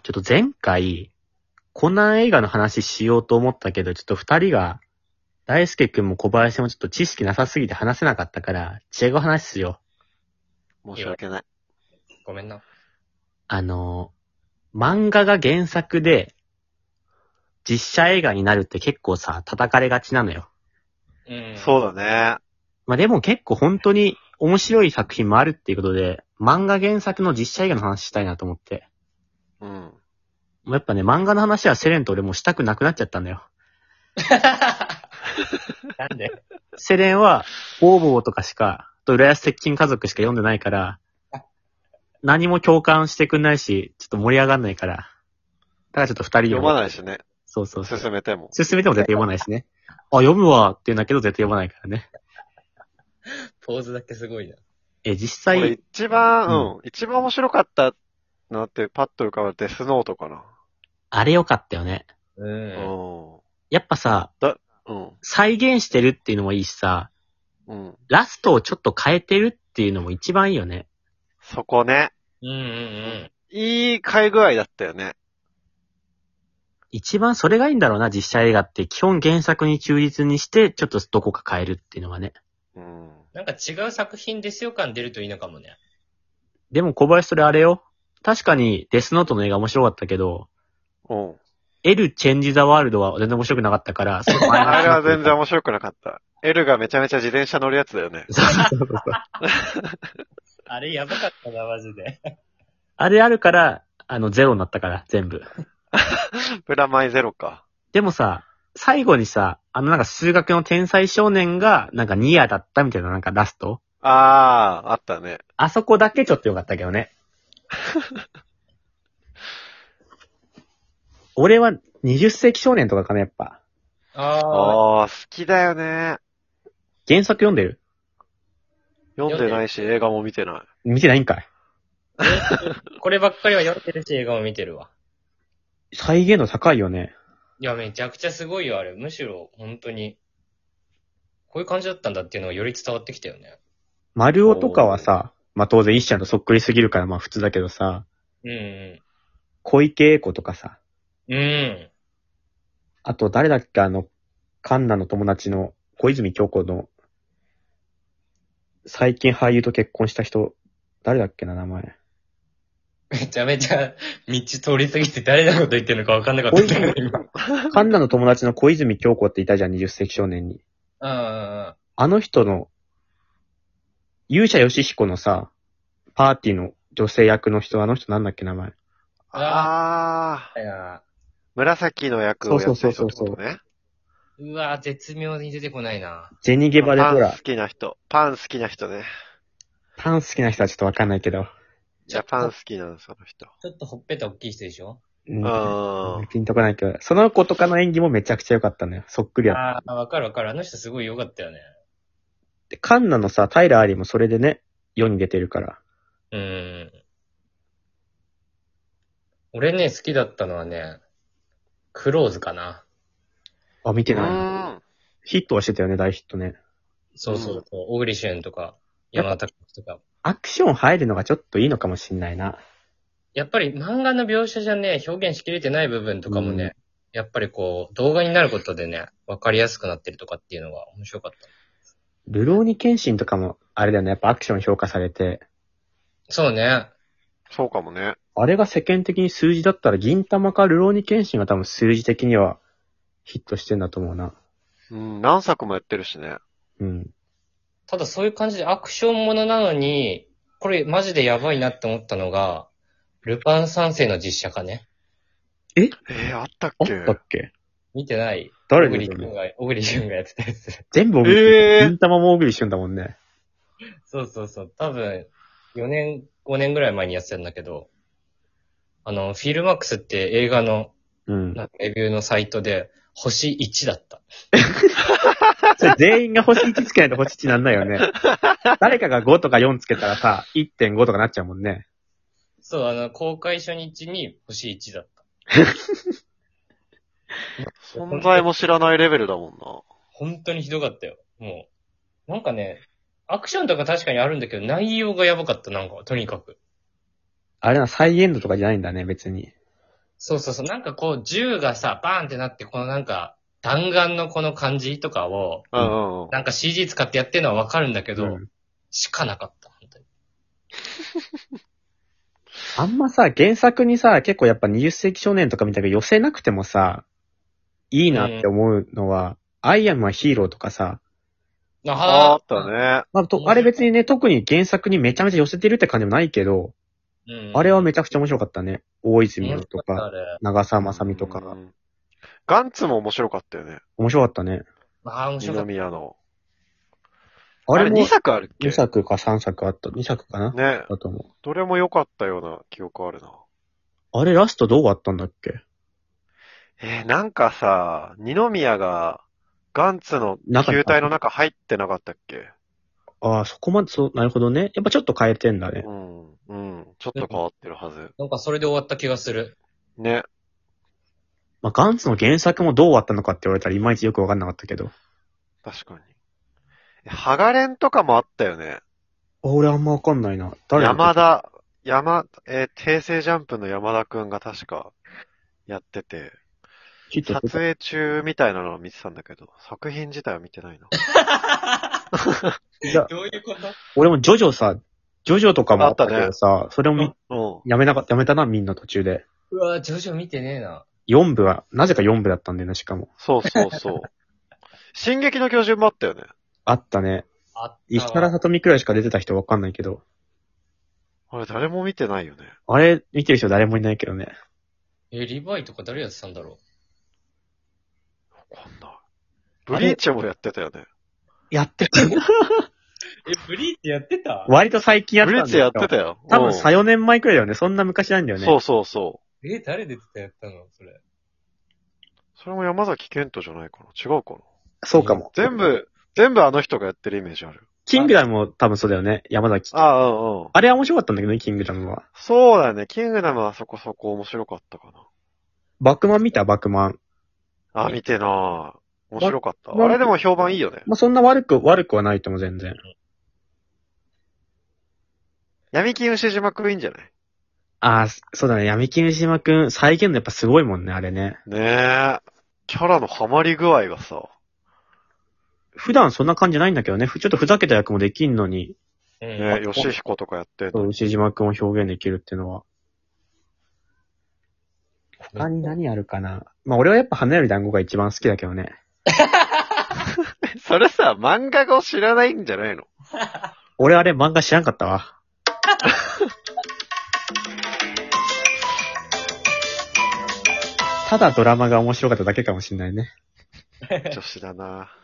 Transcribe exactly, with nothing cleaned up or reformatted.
ちょっと前回、コナン映画の話しようと思ったけど、ちょっと二人が、大輔くんも小林もちょっと知識なさすぎて話せなかったから、違う話しよ申し訳ない。 ごめんな。 う。あのー、漫画が原作で、実写映画になるって結構さ、叩かれがちなのよ。 うん。 そうだね。 まあでも結構本当に面白い作品もあるっていうことで、漫画原作の実写映画の話したいなと思って。 うん。 もうやっぱね、漫画の話はセレンと俺もしたくなくなっちゃったんだよ。 なんでセレンは、ボーボーとかしか、と浦安接近家族しか読んでないから、何も共感してくんないし、ちょっと盛り上がんないから。だからちょっと二人読まないしね。 そうそうそう。 進めても。 進めても絶対読まないしね。あ、読むわって言うんだけど絶対読まないからね。 ポーズだけすごいな。 え、実これ際、 一番、 ううん、一番面白かったなってパッと浮かぶデスノートかな。 あれ良かったよね。 う。 うんん。 やっぱさ、 うん。 再現してるっていうのもいいしさ、 うん。 ラストをちょっと変えてるっていうのも一番いいよね。 そこね。 うんうんうん。 いい買い具合だったよね。 一番それがいいんだろうな、実写映画って。基本原作に忠実にして、ちょっとどこか変えるっていうのがね。 うん。 なんか違う作品ですよ感出るといいのかもね。 でも小林それあれよ。確かにデスノートの映画面白かったけど、 うん。 エル・チェンジ・ザ・ワールドは全然面白くなかったから、その前のあれは全然面白くなかった。L がめちゃめちゃ自転車乗るやつだよね。 そうそうそうそう。 あれやばかったな、マジで。 あれあるから、あの、ゼロになったから、全部。 プラマイゼロか。 でもさ、最後にさ、あのなんか数学の天才少年が、なんかニアだったみたいななんかラストあー、あったね。 あそこだけちょっと良かったけどね。俺はにじゅっ世紀少年とかかな、やっぱ。 ああー、好きだよね。 原作読んでる？ 読んでないし、映画も見てない。 見てないんかい。 あ。こればっかりは読んでるし映画も見てるわ。 再現度高いよね。 いや、めちゃくちゃすごいよ、あれ。むしろ、本当に、こういう感じだったんだっていうのがより伝わってきたよね。 丸尾とかはさ、まあ当然一ちゃんとそっくりすぎるからまあ普通だけどさ、 うん小池栄子とかさ、 うん。うん。 あと誰だっけあの、カンナの友達の小泉京子の、最近俳優と結婚した人、誰だっけな名前。 めちゃめちゃ、道通り過ぎて誰のこと言ってるのか分かんなかったんだけど、今。 カンナの友達の小泉京子っていたじゃん、にじゅっ世紀少年に。 うんうんうん。 あの人の、勇者ヨシヒコのさ、パーティーの女性役の人、あの人なんだっけ名前。 あー、 いや紫の役をやってる人ってことね。 うわぁ、絶妙に出てこないな。 ジェニゲバでほらパン好、きな人。パン好きな人ね。 パン好きな人はちょっとわかんないけど。 いや、パン好きなんです、その人。 ちょっとほっぺた大きい人でしょうんあー。 ピンとこないけど、その子とかの演技もめちゃくちゃ良かったのよ。そっくりやった。 ああ、わかるわかる。あの人すごい良かったよね。 でカンナのさ、タイラー・アリーもそれでね、世に出てるから。 うーん。俺ね、好きだったのはね、クローズかな。 あ、見てうない。 ーん。 ヒットはしてたよね、大ヒットね。 そうそうそう。小栗旬とか、山田孝之とか。 アクション入るのがちょっといいのかもしんないな。 やっぱり漫画の描写じゃね、表現しきれてない部分とかもね、やっぱりこう、動画になることでね、わかりやすくなってるとかっていうのが面白かった。 ルローニケンシンとかも、あれだよね、やっぱアクション評価されて、 そうね。 そうかもね。 あれが世間的に数字だったら、銀玉かルローニケンシンが多分数字的にはヒットしてんだと思うな。 うん、何作もやってるしね。 うん。 ただそういう感じでアクションものなのに、これマジでやばいなって思ったのが、ルパン三世の実写化ね。 ええー、あったっあっけたっけ見てない誰小栗出てるの旬が、小栗旬がやってたやつ。 全部小栗旬。 えー銀玉も小栗旬だもんね。 そうそうそう。多分、よねん、ごねんぐらい前にやってたんだけど、あの、フィルマックスって映画のうん。 なんかレビューのサイトで、星いちだった。 それ全員が星いちつけないと星いちなんないよね。誰かがごとかよんつけたらさ、いってんごとかなっちゃうもんね。 そう、あの、公開初日に星いちだった。 存在も知らないレベルだもんな。 本当にひどかったよ。もう。なんかね、アクションとか確かにあるんだけど、内容がやばかった、なんか、とにかく。 あれな、再現度とかじゃないんだね、別に。 そうそうそう。なんかこう、銃がさ、バーンってなって、このなんか、弾丸のこの感じとかを、 うんうんうん。 なんか シージー 使ってやってるのはわかるんだけど、 うん。 しかなかった、本当に。 あんまさ、原作にさ、結構やっぱにじゅっ世紀少年とかみたいに寄せなくてもさ、いいなって思うのは、アイアムはヒーローとかさ、 あああったね。 まあ、とあれ別にね、特に原作にめちゃめちゃ寄せてるって感じもないけど、 うん、 あれはめちゃくちゃ面白かったね。大泉洋と面白かか、 ったあれ長澤まさみとかが。 うんガンツも面白かったよね。 面白かったね。 ああ、面白か二った。 宮の。 あれもあれにさくあるっけにさくかさんさくあった。にさくかなね。 だと思う。 どれも良かったような記憶あるな。 あれラストどうあったんだっけ？ えー、なんかさ、二宮がガンツの中に球体の中入ってなかったっけ？ ああ、そこまで、そう、なるほどね。やっぱちょっと変えてんだね。 うん、うん。ちょっと変わってるはず。 なんかそれで終わった気がする。 ね。 まあ、ガンツの原作もどう終わったのかって言われたらいまいちよくわかんなかったけど。 確かに。えハガレンとかもあったよね。 俺あんまわかんないな。誰だっけ山田、山、えー平成ジャンプの山田くんが確かやってて、 ちょっと撮影中みたいなのを見てたんだけど、作品自体は見てないな。 いや、 どういうこと？ 俺もジョジョさ、ジョジョとかもあったけどさ、それもみうん。 やめなかった、やめたな、みんな途中で。 うわ、ジョジョ見てねえな。 よん部は、なぜかよん部だったんだよな、しかも。 そうそうそう。進撃の巨人もあったよね。 あったね。 あったわ。 石原さとみくらいしか出てた人わかんないけど。 あれ誰も見てないよね。 あれ、見てる人誰もいないけどね。 え、リヴァイとか誰やってたんだろわかんない。ブリーチもやってたよね。 やってた。 う。え、ブリーチやってた割と最近やったんだよ。 ブリーチやってたよ。 多分うんさん、よねんまえくらいだよね。そんな昔なんだよね。 そうそうそう。 え、誰出てたやったのそれ。 それも山崎賢人じゃないかな。違うかな。 そうかも。 全部、全部あの人がやってるイメージある。 キングダムも多分そうだよね。山崎。 ああ、うんうん。 あれは面白かったんだけどね、キングダムは。 そうだよね。キングダムはそこそこ面白かったかな。 バクマン見たバクマン。 あ、見てなぁ。面白かった。 まあれでも評判いいよね。 まあ、そんな悪く、悪くはないとも全然。 闇金牛島くんいいんじゃない？ ああ、そうだね。闇金牛島くん、再現のやっぱすごいもんね、あれね。 ねえ。キャラのハマり具合がさ。 普段そんな感じないんだけどね。ふちょっとふざけた役もできんのに、 うん。 ねえ、吉彦とかやってんの。 そう牛島くんを表現できるっていうのは。他に何あるかな。まあ俺はやっぱ花より団子が一番好きだけどね。 それさ、漫画を知らないんじゃないの？ 俺あれ漫画知らんかったわ。ただドラマが面白かっただけかもしんないね。 女子だなぁ。